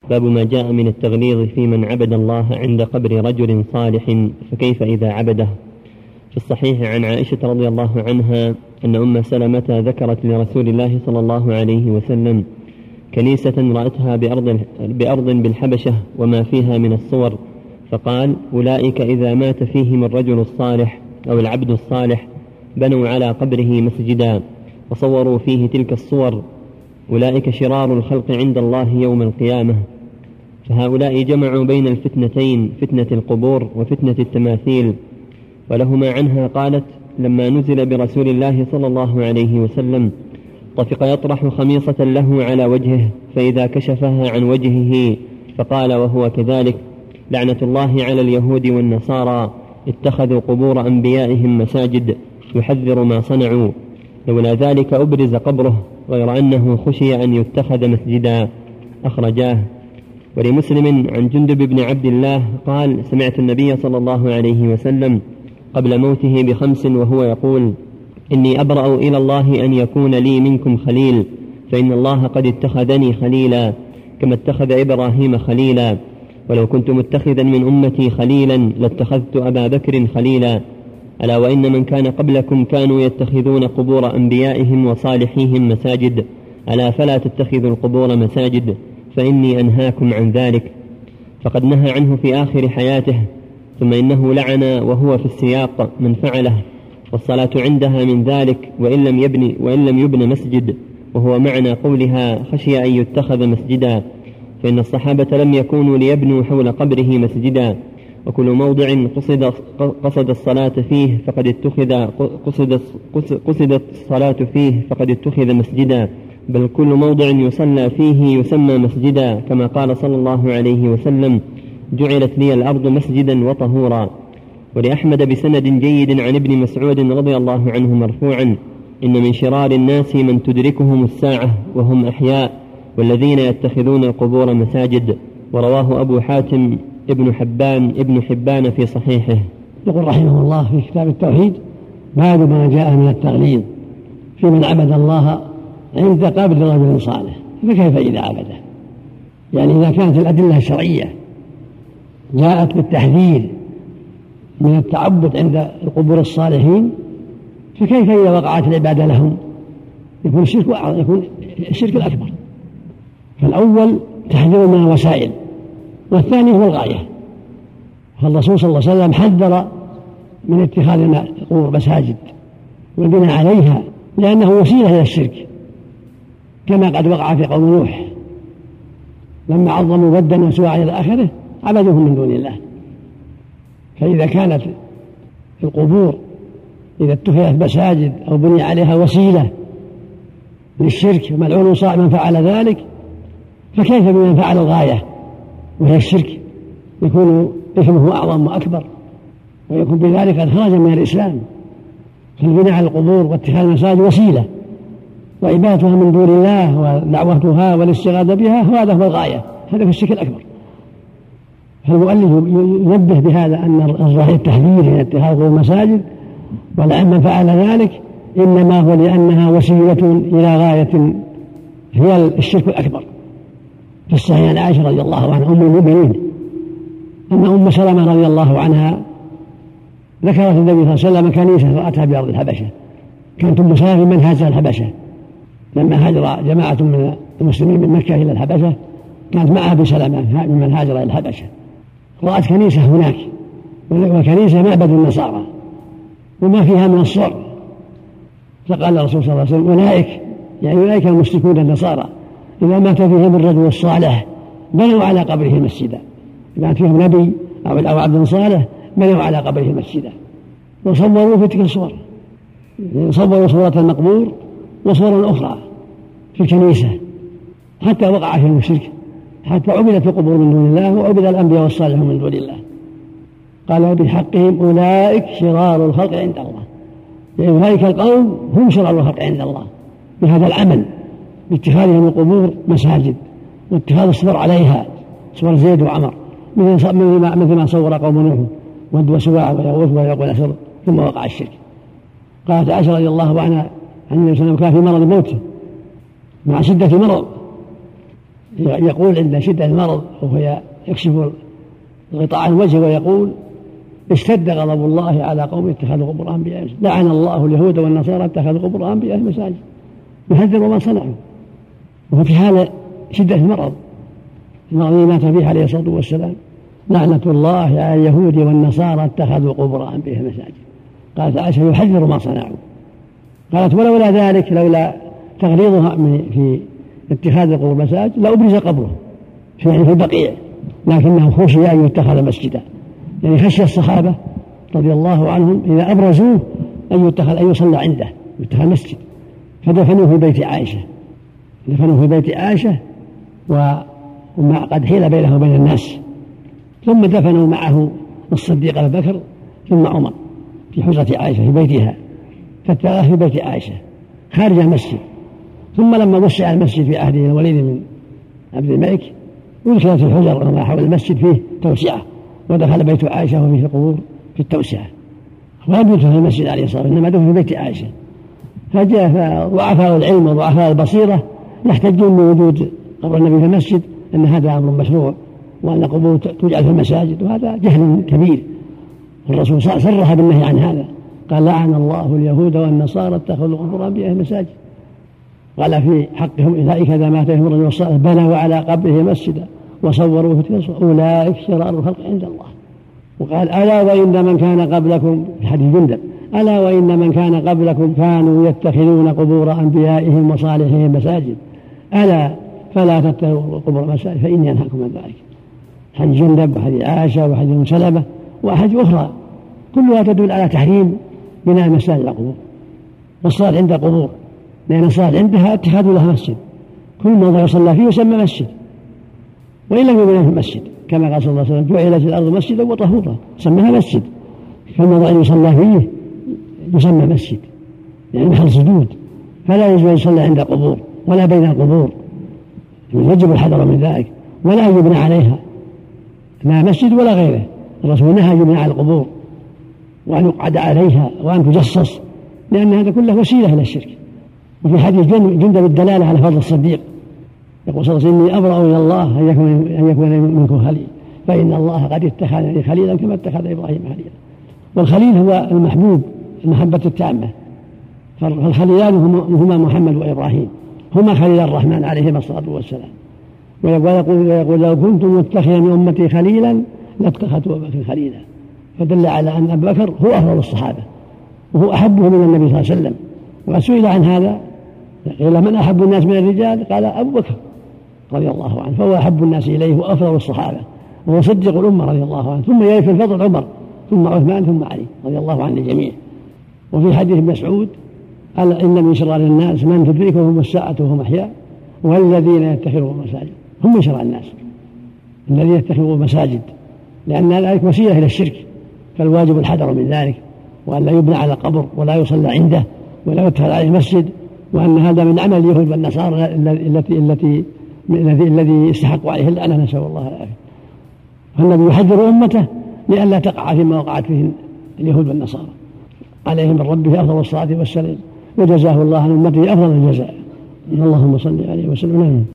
باب ما جاء من التغليظ في من عبد الله عند قبر رجل صالح فكيف إذا عبده. في الصحيح عن عائشة رضي الله عنها أن أم سلمة ذكرت لرسول الله صلى الله عليه وسلم كنيسة رأتها بأرض بالحبشة وما فيها من الصور، فقال: أولئك إذا مات فيهم الرجل الصالح أو العبد الصالح بنوا على قبره مسجدا وصوروا فيه تلك الصور، أولئك شرار الخلق عند الله يوم القيامة. فهؤلاء جمعوا بين الفتنتين، فتنة القبور وفتنة التماثيل. ولهما عنها قالت: لما نزل برسول الله صلى الله عليه وسلم طفق يطرح خميصة له على وجهه، فإذا كشفها عن وجهه فقال وهو كذلك: لعنة الله على اليهود والنصارى اتخذوا قبور أنبيائهم مساجد، يحذر ما صنعوا، لولا ذلك أبرز قبره، غير أنه خشي أن يتخذ مسجدا. أخرجاه. ولمسلم عن جندب بن عبد الله قال: سمعت النبي صلى الله عليه وسلم قبل موته ب5 وهو يقول: إني أبرأ إلى الله أن يكون لي منكم خليل، فإن الله قد اتخذني خليلا كما اتخذ إبراهيم خليلا، ولو كنت متخذا من أمتي خليلا لاتخذت أبا بكر خليلا. ألا وإن من كان قبلكم كانوا يتخذون قبور أنبيائهم وصالحيهم مساجد، ألا فلا تتخذوا القبور مساجد، فإني أنهاكم عن ذلك. فقد نهى عنه في آخر حياته، ثم إنه لعن وهو في السياق من فعله، والصلاة عندها من ذلك وإن لم يبن مسجد، وهو معنى قولها خشي أن يتخذ مسجدا، فإن الصحابة لم يكونوا ليبنوا حول قبره مسجدا، وكل موضع قصد الصلاة فيه قصدت الصلاة فيه فقد اتخذ مسجدا، بل كل موضع يصلى فيه يسمى مسجدا، كما قال صلى الله عليه وسلم: جعلت لي الأرض مسجدا وطهورا. ولأحمد بسند جيد عن ابن مسعود رضي الله عنه مرفوعا: إن من شرار الناس من تدركهم الساعة وهم أحياء، والذين يتخذون القبور مساجد. ورواه أبو حاتم ابن حبان في صحيحه. يقول رحمه الله في كتاب التوحيد: باب ما جاء من التغليظ في من عبد الله عند قبر رجل صالح فكيف إذا عبده. يعني إذا كانت الأدلة الشرعية جاءت بالتحذير من التعبد عند القبور الصالحين، فكيف إذا وقعت العبادة لهم؟ يكون الشرك الأكبر. فالأول تحذير من الوسائل، والثاني هو الغاية. فالرسول صلى الله عليه وسلم حذر من اتخاذ القبور مساجد والبناء عليها، لأنه وسيلة إلى الشرك، كما قد وقع في قوم نوح لما عظموا ودا وسواعا إلى آخره عبدوهم من دون الله. فإذا كانت القبور إذا اتخذت مساجد أو بني عليها وسيلة للشرك، ملعون صاع من فعل ذلك، فكيف بمن فعل الغاية وهي الشرك؟ يكون إثمه أعظم وأكبر، ويكون بذلك قد خرج من الإسلام. فالبناء على القبور واتخاذ المساجد وسيلة، وعبادتها من دون الله ودعوتها والاستغاثة بها هذا هو الغاية، هذا هو الشرك الأكبر. فالمؤلف ينبه بهذا أن الظاهر التحذير من اتخاذ المساجد، ولأن من فعل ذلك إنما هو لأنها وسيلة إلى غاية هي الشرك الأكبر. في الصحيح عن عائشة رضي الله عنها أم المؤمنين أن أم سلمة رضي الله عنها ذكرت النبي صلى الله عليه وسلم كنيسة رأتها بأرض الحبشة. كانت أم سلمة من هاجر الحبشة، لما هاجر جماعة من المسلمين من مكة إلى الحبشة كانت معها بسلمة من هاجر إلى الحبشة، رأت كنيسة هناك، وكنيسة معبد النصارى وما فيها من الصور. فقال الرسول صلى الله عليه وسلم: أولئك المشركون النصارى إذا مات فيهم الرجل الصالح بنوا على قبره مسجدا. إذا فيهم نبي أو عبد صالح بنوا على قبره مسجدا، وصوروا في تلك الصور، صوروا صورة المقبور وصورا أخرى في الكنيسة، حتى وقع في المشرك، حتى عبدت القبور من دون الله وعبد الأنبياء والصالحون من دون الله. قال بحقهم: أولئك شرار الخلق عند الله. يعني أولئك القوم هم شرار الخلق عند الله بهذا العمل، باتخاذهم القبور مساجد واتخاذ الصور عليها، صور زيد وعمر، مثل ما صور قوم نوح ود وسواع ويغوث ويعوق ونسر، ثم وقع الشرك. قالت عائشة رضي الله عنها عن النبي صلى الله عليه وسلم كان في مرض موته مع شدة مرض، يقول عند شدة المرض وهو يكشف الغطاء عن وجهه ويقول اشتد غضب الله على قوم اتخذوا قبور أنبيائهم، لعن الله اليهود والنصارى اتخذوا قبور أنبيائهم مساجد، يحذر ما صنعوا. وهو في حال شدة المرض مات فيه عليه الصلاة والسلام، لعنة الله على اليهود والنصارى اتخذوا قبور أنبيائهم مساجد. قالت عائشة يحذر ما صنعوا. قالت ولولا ذلك، لولا تغليظها في اتخاذ القبور مساجد لأبرز قبره في البقيع، لكنه خشي أن يتخذ مسجدا، يعني خشي الصحابة رضي الله عنهم إذا أبرزوه أن يصلى عنده، يتخذ مسجد، فدفنوه في بيت عائشة، دفنوه في بيت عائشة وما قد حيل بينه وبين الناس، ثم دفنوا معه الصديق أبي بكر ثم عمر في حجرة عائشة في بيتها، فاتخذ في بيت عائشة خارج المسجد. ثم لما وسع المسجد في عهد الوليد من عبد الملك ودخلت الحجر وما حول المسجد فيه توسعة، ودخل بيت عائشة وفيه القبور في التوسعة، ولم يدخل المسجد عليه الصلاة والسلام، إنما دخل في بيت عائشة. فجاء ضعفاء العلم وضعفاء البصيرة يحتجون بوجود قبر النبي في المسجد أن هذا أمر مشروع، وأن القبور توجد في المساجد، وهذا جهل كبير. الرسول صرح بالنهي عن هذا، قال لعن الله اليهود والنصارى اتخذوا قبور أنبيائهم مساجد. قال في حقهم أولئك إذا مات فيهم الرجل الصالح بنوا على قبره مسجدا وصوروا في أولئك شرار الخلق عند الله. وقال ألا وإن من كان قبلكم في حديث جندب، ألا وإن من كان قبلكم كانوا يتخذون قبور أنبيائهم وصالحهم مساجد، ألا فلا تتخذوا قبور مساجد فإني أنهاكم عن ذلك. حديث جندب وحديث عائشة وحديث أم سلمة وأحاديث أخرى كلها تدل على تحريم بناء مساجد القبور والصلاة عند القبور، لأن الصلاة عندها اتخاذ لها مسجد، كل موضع يصلى فيه يسمى مسجد وإن لم يبنى في المسجد، كما قال صلى الله عليه وسلم جعلت الأرض مسجدا وطهورا، سماها مسجد. فالموضع يصلى فيه يسمى مسجد يعني محل سجود، فلا يجوز أن يصلى عند القبور ولا بين القبور، يجب الحذر من ذلك، ولا يبنى عليها لا مسجد ولا غيره. الرسول نهى يبنى على القبور وأن يقعد عليها وأن تجصص، لأن هذا كله وسيلة إلى الشرك. وفي حديث جندب الدلالة على فضل الصديق يقول صلى الله عليه وسلم إني أبرأ إلى الله أن يكون منكم خليل، فإن الله قد اتخذني خليلا كما اتخذ إبراهيم خليلا. والخليل هو المحبوب المحبة التامة، فالخليلان هما محمد وإبراهيم، هما خليل الرحمن عليهما الصلاة والسلام. ويقول لو كنت متخذا من أمتي خليلا لاتخذت أبا بكر خليلا، فدل على أن أبا بكر هو أفضل الصحابة وهو أحبه من النبي صلى الله عليه وسلم. وسئل عن هذا قيل من أحب الناس من الرجال؟ قال أبو بكر رضي الله عنه، فهو أحب الناس إليه وأفضل الصحابة وهو صديق الأمة رضي الله عنه، ثم يلي في الفضل عمر ثم عثمان ثم علي رضي الله عن الجميع. وفي حديث ابن مسعود قال إن من شرار الناس من تدركهم الساعة وهم أحياء والذين يتخذون مساجد، هم من شرار الناس الذين يتخذون مساجد، لأن ذلك وسيلة إلى الشرك، فالواجب الحذر من ذلك، وأن لا يبنى على قبر ولا يصلى عنده ولا يتخذ عليه مسجد، وأن هذا من عمل اليهود والنصارى الذي استحقوا عليه اللعنة، نسأل الله العافية. فالنبي يحذر أمته لئلا تقع فيما وقعت فيه اليهود والنصارى عليهم من ربه أفضل الصلاة والسلام، وجزاه الله عن أمته أفضل الجزاء. اللهم صل عليه وسلم.